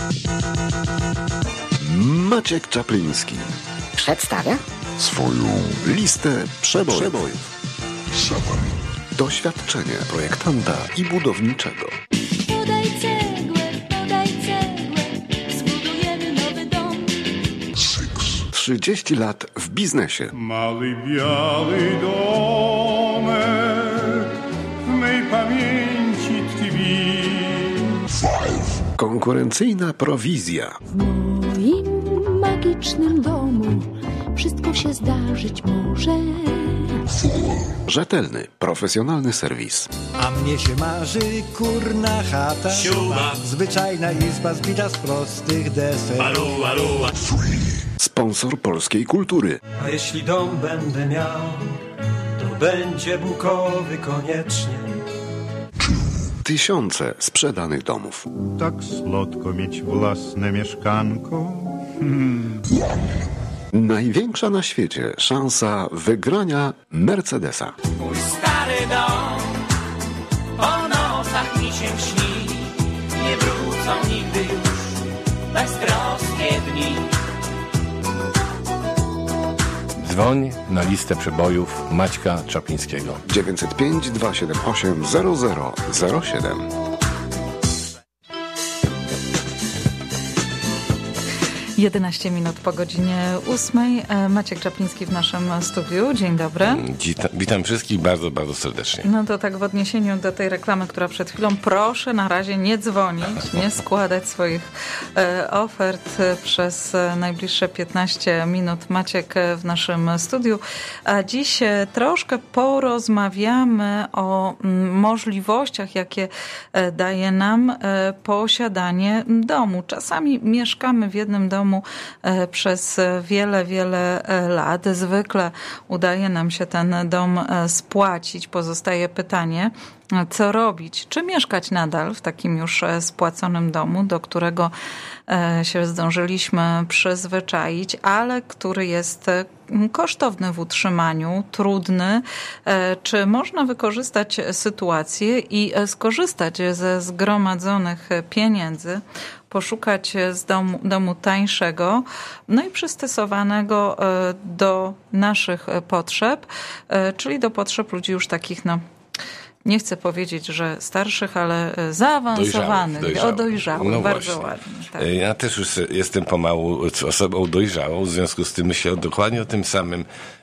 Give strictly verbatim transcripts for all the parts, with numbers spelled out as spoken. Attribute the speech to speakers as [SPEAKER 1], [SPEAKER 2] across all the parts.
[SPEAKER 1] Maciek Czapliński
[SPEAKER 2] przedstawia
[SPEAKER 1] swoją listę przebojów. przebojów. Doświadczenie projektanta i budowniczego.
[SPEAKER 3] Podaj cegłę, podaj cegłę, zbudujemy nowy dom.
[SPEAKER 1] trzydzieści lat w biznesie.
[SPEAKER 4] Mały biały domek w mej pamięci tkwi.
[SPEAKER 1] Konkurencyjna prowizja.
[SPEAKER 3] W moim magicznym domu wszystko się zdarzyć może.
[SPEAKER 1] Rzetelny, profesjonalny serwis.
[SPEAKER 5] A mnie się marzy kurna chata,
[SPEAKER 6] Siuma.
[SPEAKER 5] zwyczajna izba zbita z prostych desek.
[SPEAKER 6] Aruła, aruła.
[SPEAKER 1] Sponsor polskiej kultury.
[SPEAKER 7] A jeśli dom będę miał, to będzie bukowy koniecznie.
[SPEAKER 1] Tysiące sprzedanych domów.
[SPEAKER 4] Tak słodko mieć własne mieszkanko.
[SPEAKER 1] Największa na świecie szansa wygrania Mercedesa.
[SPEAKER 6] Mój stary dom, po nocach mi się śni. Nie wrócą nigdy już beztroskie dni.
[SPEAKER 8] Dzwoń na listę przebojów Maćka Czaplińskiego.
[SPEAKER 1] dziewięćset pięć dwieście siedemdziesiąt osiem zero zero zero siedem.
[SPEAKER 9] jedenaście minut po godzinie ósmej. Maciek Czapliński w naszym studiu. Dzień dobry.
[SPEAKER 8] Witam, witam wszystkich bardzo, bardzo serdecznie.
[SPEAKER 9] No to tak w odniesieniu do tej reklamy, która przed chwilą, proszę na razie nie dzwonić, nie składać swoich e, ofert przez najbliższe piętnaście minut. Maciek w naszym studiu. A dziś troszkę porozmawiamy o m, możliwościach, jakie daje nam e, posiadanie domu. Czasami mieszkamy w jednym domu przez wiele, wiele lat. Zwykle udaje nam się ten dom spłacić. Pozostaje pytanie, co robić? Czy mieszkać nadal w takim już spłaconym domu, do którego się zdążyliśmy przyzwyczaić, ale który jest kosztowny w utrzymaniu, trudny? Czy można wykorzystać sytuację i skorzystać ze zgromadzonych pieniędzy, poszukać z domu, domu tańszego, no i przystosowanego do naszych potrzeb, czyli do potrzeb ludzi już takich, no nie chcę powiedzieć, że starszych, ale zaawansowanych, dojrzałych, dojrzałych.
[SPEAKER 8] No
[SPEAKER 9] bardzo
[SPEAKER 8] właśnie.
[SPEAKER 9] ładnie. Tak.
[SPEAKER 8] Ja też już jestem pomału osobą dojrzałą, w związku z tym myślę dokładnie o tym samym,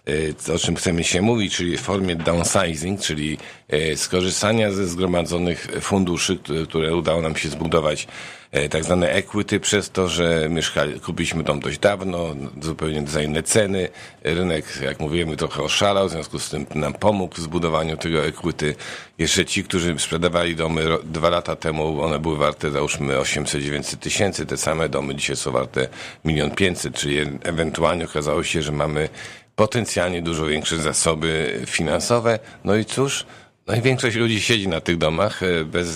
[SPEAKER 8] o czym chcemy się mówić, czyli w formie downsizing, czyli skorzystania ze zgromadzonych funduszy, które, które udało nam się zbudować, tak zwane equity, przez to, że mieszkali, kupiliśmy dom dość dawno, zupełnie za inne ceny. Rynek, jak mówimy, trochę oszalał, w związku z tym nam pomógł w zbudowaniu tego equity. Jeszcze ci, którzy sprzedawali domy dwa lata temu, one były warte, załóżmy, osiemset dziewięćset tysięcy. Te same domy dzisiaj są warte milion pięćset, czyli ewentualnie okazało się, że mamy potencjalnie dużo większe zasoby finansowe. No i cóż, no i większość ludzi siedzi na tych domach bez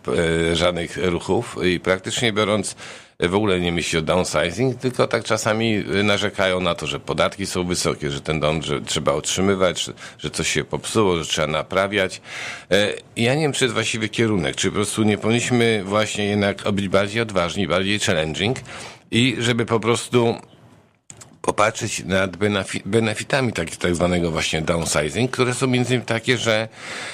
[SPEAKER 8] e, żadnych ruchów i praktycznie biorąc w ogóle nie myśli o downsizing, tylko tak czasami narzekają na to, że podatki są wysokie, że ten dom że trzeba utrzymywać, że, że coś się popsuło, że trzeba naprawiać. E, ja nie wiem, czy jest właściwy kierunek, czy po prostu nie powinniśmy właśnie jednak być bardziej odważni, bardziej challenging i żeby po prostu popatrzeć nad benefitami tak, tak zwanego właśnie downsizing, które są między innymi takie, że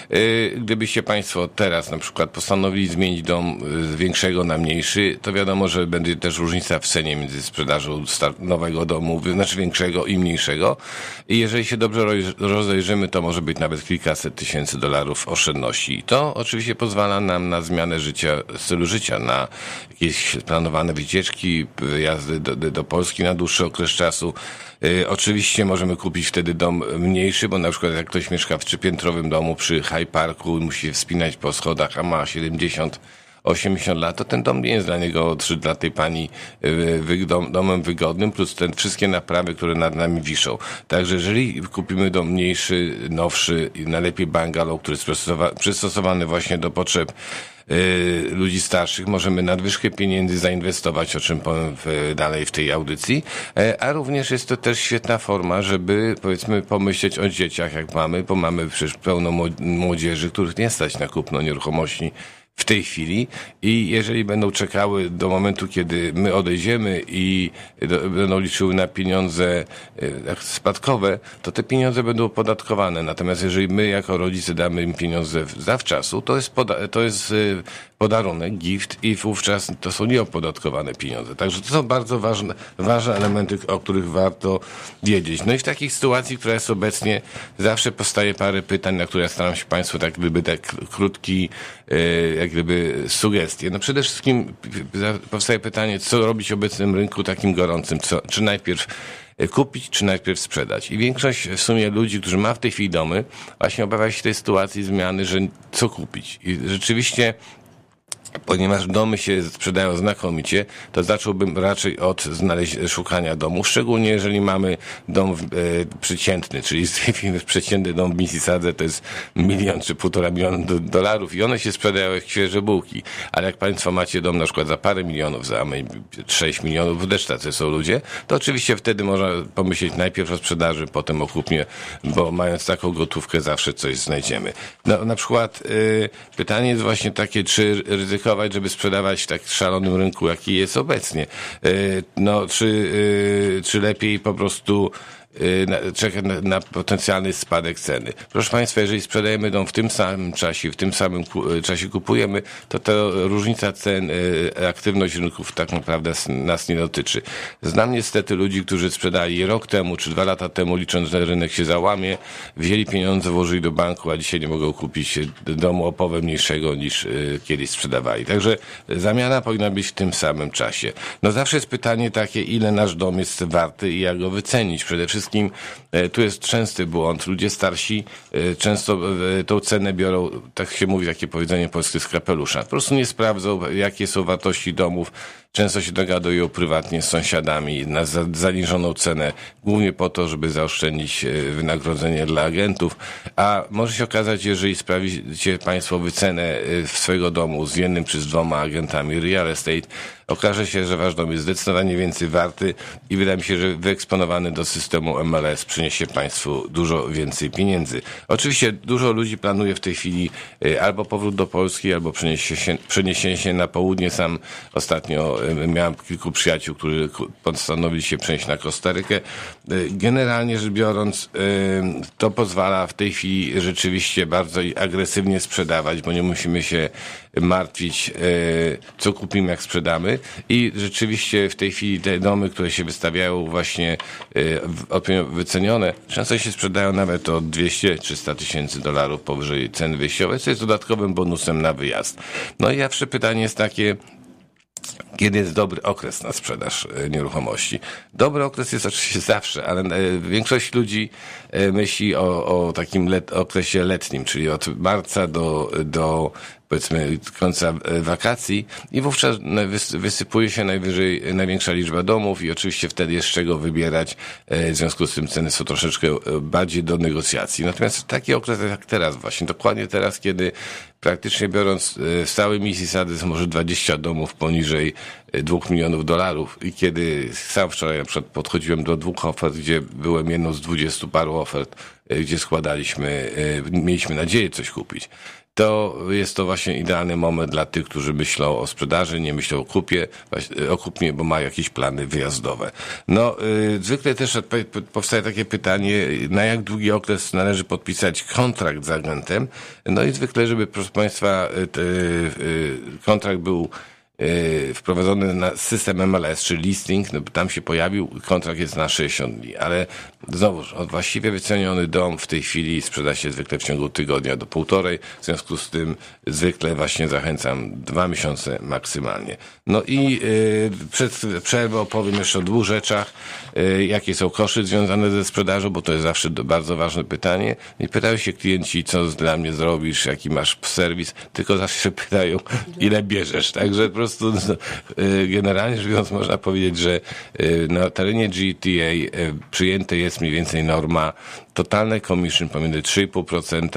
[SPEAKER 8] y, gdybyście Państwo teraz na przykład postanowili zmienić dom z większego na mniejszy, to wiadomo, że będzie też różnica w cenie między sprzedażą nowego domu, znaczy większego i mniejszego. I jeżeli się dobrze rozejrzymy, to może być nawet kilkaset tysięcy dolarów oszczędności. I to oczywiście pozwala nam na zmianę życia, stylu życia, na jakieś planowane wycieczki, jazdy do, do Polski na dłuższy okres czasu. Y, oczywiście możemy kupić wtedy dom mniejszy, bo na przykład jak ktoś mieszka w trzypiętrowym domu przy High Parku i musi się wspinać po schodach, a ma siedemdziesiąt osiemdziesiąt lat, to ten dom nie jest dla niego trzy dla tej pani y, dom, domem wygodnym, plus te wszystkie naprawy, które nad nami wiszą. Także jeżeli kupimy dom mniejszy, nowszy, najlepiej bungalow, który jest przystosowa- przystosowany właśnie do potrzeb y, ludzi starszych, możemy nadwyżkę pieniędzy zainwestować, o czym powiem w, dalej w tej audycji, y, a również jest to też świetna forma, żeby powiedzmy pomyśleć o dzieciach, jak mamy, bo mamy przecież pełno młodzieży, których nie stać na kupno nieruchomości w tej chwili i jeżeli będą czekały do momentu, kiedy my odejdziemy i do, będą liczyły na pieniądze e, spadkowe, to te pieniądze będą opodatkowane. Natomiast jeżeli my jako rodzice damy im pieniądze zawczasu, to jest, poda- to jest e, podarunek, gift i wówczas to są nieopodatkowane pieniądze. Także to są bardzo ważne, ważne elementy, o których warto wiedzieć. No i w takiej sytuacji, która jest obecnie, zawsze powstaje parę pytań, na które ja staram się Państwu tak gdyby tak krótki, jak gdyby sugestie. No przede wszystkim powstaje pytanie, co robić w obecnym rynku takim gorącym, co, czy najpierw kupić, czy najpierw sprzedać. I większość w sumie ludzi, którzy ma w tej chwili domy, właśnie obawia się tej sytuacji zmiany, że co kupić. I rzeczywiście ponieważ domy się sprzedają znakomicie, to zacząłbym raczej od znaleźć, szukania domu, szczególnie jeżeli mamy dom e, przeciętny, czyli z tej chwili przeciętny dom w Mississadze to jest milion czy półtora miliona do, dolarów i one się sprzedają jak świeże bułki, ale jak Państwo macie dom na przykład za parę milionów, za sześć milionów, też tacy są ludzie, to oczywiście wtedy można pomyśleć najpierw o sprzedaży, potem o kupnie, bo mając taką gotówkę zawsze coś znajdziemy. No, na przykład y, pytanie jest właśnie takie, czy ryzyko żeby sprzedawać w tak szalonym rynku, jaki jest obecnie. No, czy, czy lepiej po prostu czekać na, na potencjalny spadek ceny. Proszę Państwa, jeżeli sprzedajemy dom w tym samym czasie, w tym samym ku, czasie kupujemy, to ta różnica cen, aktywność rynków tak naprawdę nas nie dotyczy. Znam niestety ludzi, którzy sprzedali rok temu czy dwa lata temu, licząc, że rynek się załamie, wzięli pieniądze, włożyli do banku, a dzisiaj nie mogą kupić domu o połowę mniejszego niż kiedyś sprzedawali. Także zamiana powinna być w tym samym czasie. No zawsze jest pytanie takie, ile nasz dom jest warty i jak go wycenić. Przede wszystkim Wszystkim, tu jest częsty błąd. Ludzie starsi często tą cenę biorą, tak się mówi, takie powiedzenie polskie, z kapelusza. Po prostu nie sprawdzą, jakie są wartości domów. Często się dogadują prywatnie z sąsiadami na zaniżoną cenę, głównie po to, żeby zaoszczędzić wynagrodzenie dla agentów. A może się okazać, jeżeli sprawicie Państwo wycenę swojego domu z jednym czy z dwoma agentami real estate, okaże się, że Wasz dom jest zdecydowanie więcej warty i wydaje mi się, że wyeksponowany do systemu M L S przyniesie Państwu dużo więcej pieniędzy. Oczywiście dużo ludzi planuje w tej chwili albo powrót do Polski, albo przeniesienie się, przeniesienie się na południe. Sam ostatnio miałem kilku przyjaciół, którzy postanowili się przenieść na Kostarykę. Generalnie rzecz biorąc, to pozwala w tej chwili rzeczywiście bardzo agresywnie sprzedawać, bo nie musimy się martwić, co kupimy, jak sprzedamy. I rzeczywiście w tej chwili te domy, które się wystawiają właśnie odpowiednio wycenione, często się sprzedają nawet o dwieście do trzystu tysięcy dolarów powyżej ceny wyjściowej, co jest dodatkowym bonusem na wyjazd. No i zawsze pytanie jest takie, kiedy jest dobry okres na sprzedaż nieruchomości? Dobry okres jest oczywiście zawsze, ale większość ludzi myśli o, o takim let, okresie letnim, czyli od marca do, do powiedzmy końca wakacji i wówczas wysypuje się najwyżej największa liczba domów i oczywiście wtedy jest z czego wybierać. W związku z tym ceny są troszeczkę bardziej do negocjacji. Natomiast taki okres jak teraz właśnie, dokładnie teraz, kiedy praktycznie biorąc w całej Mississadze są może dwadzieścia domów poniżej dwóch milionów dolarów i kiedy sam wczoraj na przykład podchodziłem do dwóch ofert, gdzie byłem jedną z dwudziestu paru ofert, gdzie składaliśmy, mieliśmy nadzieję coś kupić. To jest to właśnie idealny moment dla tych, którzy myślą o sprzedaży, nie myślą o kupie, o kupnie, bo mają jakieś plany wyjazdowe. No, yy, zwykle też powstaje takie pytanie, na jak długi okres należy podpisać kontrakt z agentem. No i zwykle, żeby, proszę Państwa, yy, yy, kontrakt był wprowadzony na system M L S, czyli listing, no, tam się pojawił, kontrakt jest na sześćdziesiąt dni, ale znowuż, właściwie wyceniony dom w tej chwili sprzeda się zwykle w ciągu tygodnia do półtorej, w związku z tym zwykle właśnie zachęcam dwa miesiące maksymalnie. No i yy, przed przerwą opowiem jeszcze o dwóch rzeczach, yy, jakie są koszty związane ze sprzedażą, bo to jest zawsze bardzo ważne pytanie. Nie pytają się klienci, co dla mnie zrobisz, jaki masz serwis, tylko zawsze pytają, ile bierzesz, także po prostu generalnie rzecz biorąc można powiedzieć, że na terenie G T A przyjęte jest mniej więcej norma totalne commission pomiędzy trzy i pół procent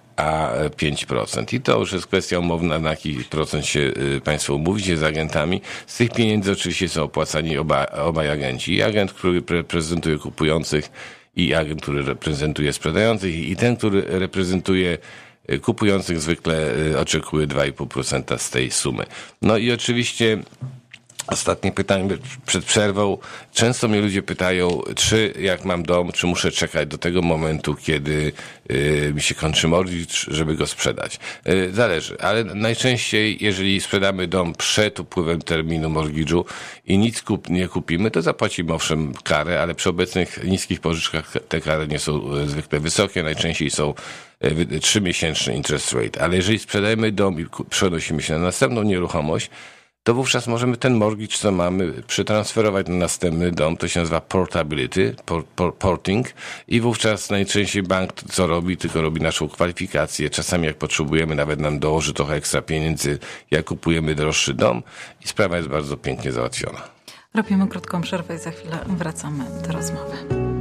[SPEAKER 8] a pięć procent. I to już jest kwestia umowna, na jaki procent się Państwo umówicie z agentami. Z tych pieniędzy oczywiście są opłacani oba, obaj agenci. I agent, który reprezentuje kupujących i agent, który reprezentuje sprzedających i ten, który reprezentuje kupujących zwykle oczekuje dwa i pół procent z tej sumy. No i oczywiście ostatnie pytanie przed przerwą. Często mnie ludzie pytają, czy jak mam dom, czy muszę czekać do tego momentu, kiedy y, mi się kończy mortgage, żeby go sprzedać. Y, zależy, ale najczęściej, jeżeli sprzedamy dom przed upływem terminu mortgage'u i nic kup, nie kupimy, to zapłacimy owszem karę, ale przy obecnych niskich pożyczkach te kary nie są y, zwykle wysokie, najczęściej są trzymiesięczny interest rate. Ale jeżeli sprzedajemy dom i przenosimy się na następną nieruchomość, to wówczas możemy ten mortgage, co mamy, przetransferować na następny dom. To się nazywa portability, por, por, porting i wówczas najczęściej bank co robi, tylko robi naszą kwalifikację. Czasami jak potrzebujemy, nawet nam dołoży trochę ekstra pieniędzy, jak kupujemy droższy dom i sprawa jest bardzo pięknie załatwiona.
[SPEAKER 9] Robimy krótką przerwę i za chwilę wracamy do rozmowy.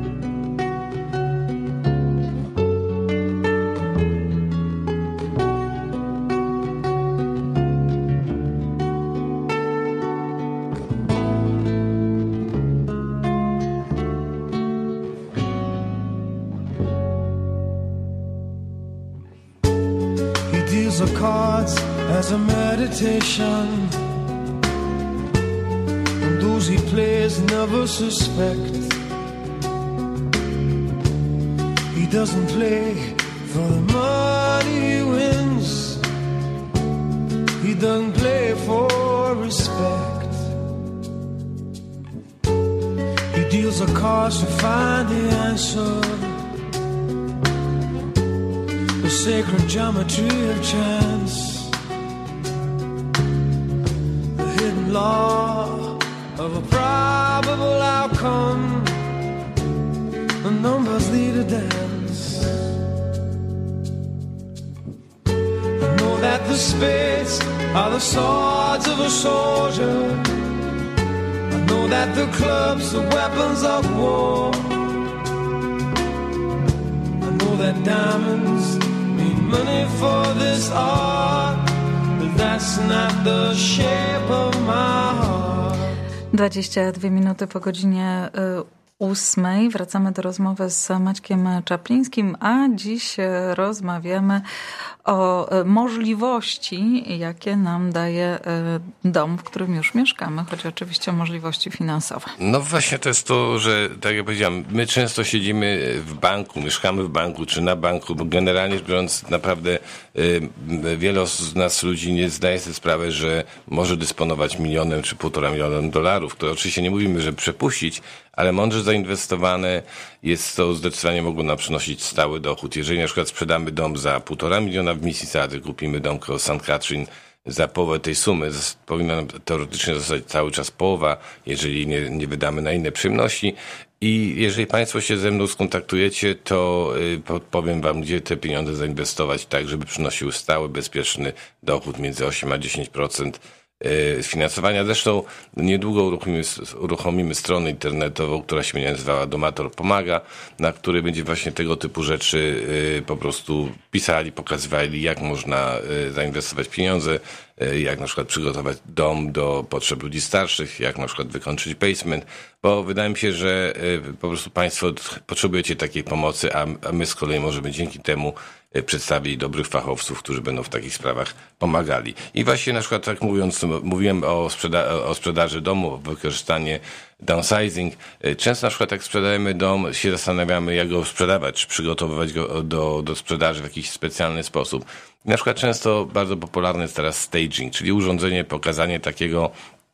[SPEAKER 2] Of cards as a meditation, and those he plays never suspect. He doesn't play for the money he wins, he doesn't play for respect. He deals the cards to find the answer, the sacred geometry of chance, the hidden law of a probable outcome. The numbers lead a dance. I know that the spades are the swords of a soldier. I know that the clubs are weapons of war. I know that diamonds money for this art, but that's not the shape of my heart.
[SPEAKER 9] dwadzieścia dwie minuty po godzinie ósmej. Wracamy do rozmowy z Maćkiem Czaplińskim, a dziś rozmawiamy o możliwości, jakie nam daje dom, w którym już mieszkamy. Chodzi oczywiście o możliwości finansowe.
[SPEAKER 8] No właśnie to jest to, że tak jak powiedziałem, my często siedzimy w banku, mieszkamy w banku czy na banku, bo generalnie rzecz biorąc naprawdę y, wiele z nas ludzi nie zdaje sobie sprawy, że może dysponować milionem czy półtora miliona dolarów. To oczywiście nie mówimy, że przepuścić, ale mądrze zainwestowane jest to zdecydowanie mogło nam przynosić stały dochód. Jeżeli na przykład sprzedamy dom za półtora miliona w Mississauga, kupimy dom koło Saint Catherine za połowę tej sumy, powinna nam teoretycznie zostać cały czas połowa, jeżeli nie, nie wydamy na inne przyjemności. I jeżeli Państwo się ze mną skontaktujecie, to podpowiem Wam, gdzie te pieniądze zainwestować tak, żeby przynosiły stały, bezpieczny dochód między osiem a dziesięć procent finansowania. Zresztą niedługo uruchomimy, uruchomimy stronę internetową, która się będzie nazywała Domator Pomaga, na której będzie właśnie tego typu rzeczy po prostu pisali, pokazywali, jak można zainwestować pieniądze, jak na przykład przygotować dom do potrzeb ludzi starszych, jak na przykład wykończyć basement, bo wydaje mi się, że po prostu Państwo potrzebujecie takiej pomocy, a my z kolei możemy dzięki temu przedstawić dobrych fachowców, którzy będą w takich sprawach pomagali. I właśnie na przykład tak mówiąc, mówiłem o, sprzeda- o sprzedaży domu, o wykorzystanie downsizing. Często na przykład jak sprzedajemy dom, się zastanawiamy, jak go sprzedawać, czy przygotowywać go do, do sprzedaży w jakiś specjalny sposób. I na przykład często bardzo popularny jest teraz staging, czyli urządzenie, pokazanie takiego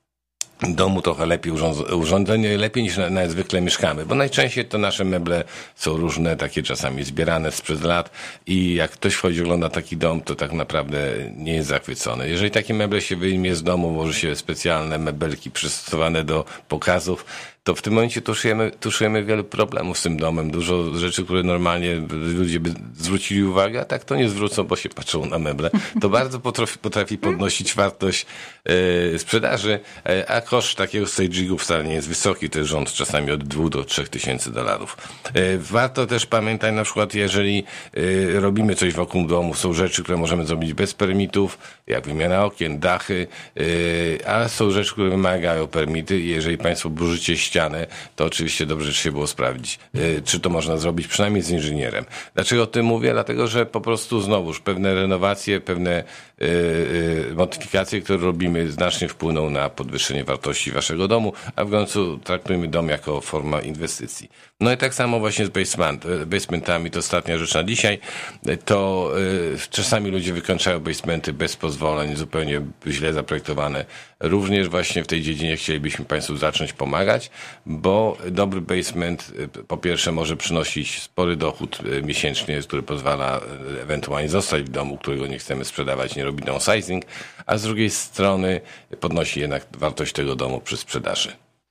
[SPEAKER 8] domu trochę lepiej, urządzenie lepiej niż na, na zwykle mieszkamy, bo najczęściej to nasze meble są różne, takie czasami zbierane sprzed lat i jak ktoś wchodzi, ogląda taki dom, to tak naprawdę nie jest zachwycony. Jeżeli takie meble się wyjmie z domu, włoży się specjalne mebelki przystosowane do pokazów, to w tym momencie tuszujemy, tuszujemy wiele problemów z tym domem. Dużo rzeczy, które normalnie ludzie by zwrócili uwagę, a tak to nie zwrócą, bo się patrzą na meble. To bardzo potrafi, potrafi podnosić wartość e, sprzedaży, e, a koszt takiego stagingu wcale nie jest wysoki. To jest rząd czasami od dwóch do trzech tysięcy dolarów. E, warto też pamiętać na przykład, jeżeli e, robimy coś wokół domu, są rzeczy, które możemy zrobić bez permitów, jak wymiana okien, dachy, e, a są rzeczy, które wymagają permity i jeżeli Państwo burzycie ścianę, ścianę, to oczywiście dobrze się było sprawdzić, czy to można zrobić przynajmniej z inżynierem. Dlaczego o tym mówię? Dlatego, że po prostu znowuż pewne renowacje, pewne modyfikacje, które robimy, znacznie wpłyną na podwyższenie wartości waszego domu, a w końcu traktujmy dom jako forma inwestycji. No i tak samo właśnie z basement, basementami, to ostatnia rzecz na dzisiaj, to y, czasami ludzie wykończają basementy bez pozwoleń, zupełnie źle zaprojektowane. Również właśnie w tej dziedzinie chcielibyśmy Państwu zacząć pomagać, bo dobry basement y, po pierwsze może przynosić spory dochód y, miesięcznie, który pozwala y, ewentualnie zostać w domu, którego nie chcemy sprzedawać, nie robi downsizing, a z drugiej strony podnosi jednak wartość tego domu przy sprzedaży.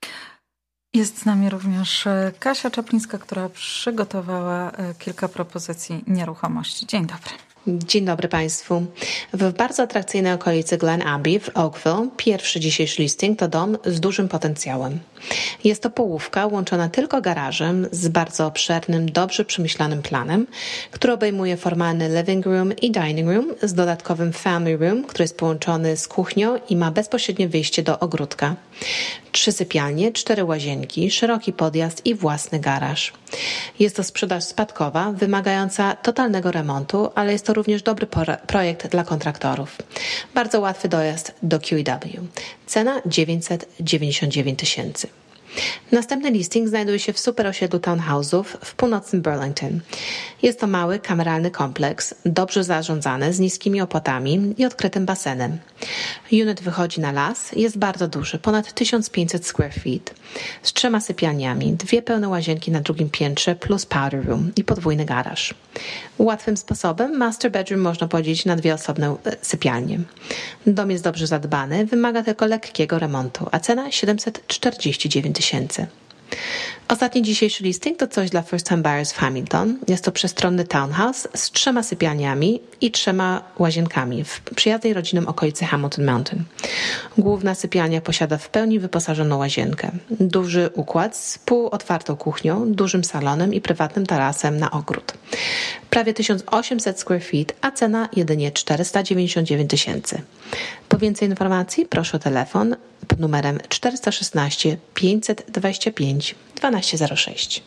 [SPEAKER 9] Jest z nami również Kasia Czaplińska, która przygotowała kilka propozycji nieruchomości. Dzień dobry.
[SPEAKER 10] Dzień dobry Państwu. W bardzo atrakcyjnej okolicy Glen Abbey w Oakville pierwszy dzisiejszy listing to dom z dużym potencjałem. Jest to połówka łączona tylko garażem z bardzo obszernym, dobrze przemyślanym planem, który obejmuje formalny living room i dining room z dodatkowym family room, który jest połączony z kuchnią i ma bezpośrednie wyjście do ogródka. Trzy sypialnie, cztery łazienki, szeroki podjazd i własny garaż. Jest to sprzedaż spadkowa, wymagająca totalnego remontu, ale jest to również dobry projekt dla kontraktorów. Bardzo łatwy dojazd do Q E W. Cena dziewięćset dziewięćdziesiąt dziewięć tysięcy. Następny listing znajduje się w super osiedlu townhouse'ów w północnym Burlington. Jest to mały, kameralny kompleks, dobrze zarządzany, z niskimi opłatami i odkrytym basenem. Unit wychodzi na las, jest bardzo duży, ponad tysiąc pięćset square feet, z trzema sypialniami, dwie pełne łazienki na drugim piętrze plus powder room i podwójny garaż. Łatwym sposobem master bedroom można podzielić na dwie osobne sypialnie. Dom jest dobrze zadbany, wymaga tylko lekkiego remontu, a cena siedemset czterdzieści dziewięć tysięcy. Ostatni dzisiejszy listing to coś dla first time buyers w Hamilton. Jest to przestronny townhouse z trzema sypialniami i trzema łazienkami w przyjaznej rodzinom okolicy Hamilton Mountain. Główna sypialnia posiada w pełni wyposażoną łazienkę, duży układ z półotwartą kuchnią, dużym salonem i prywatnym tarasem na ogród. Prawie tysiąc osiemset square feet, a cena jedynie czterysta dziewięćdziesiąt dziewięć tysięcy. Po więcej informacji proszę o telefon pod numerem czterysta szesnaście pięćset dwadzieścia pięć dwanaście zero sześć.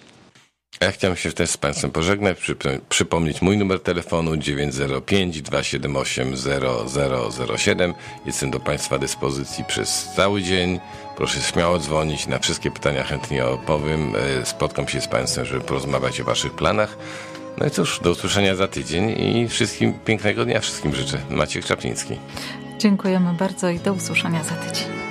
[SPEAKER 8] Ja chciałem się też z Państwem pożegnać, przyp- przypomnieć mój numer telefonu dziewięć zero pięć dwa siedem osiem zero zero zero siedem. Jestem do Państwa dyspozycji przez cały dzień. Proszę śmiało dzwonić, na wszystkie pytania chętnie opowiem. Spotkam się z Państwem, żeby porozmawiać o Waszych planach. No i cóż, do usłyszenia za tydzień i wszystkim pięknego dnia wszystkim życzę. Maciek Czapliński.
[SPEAKER 9] Dziękujemy bardzo i do usłyszenia za tydzień.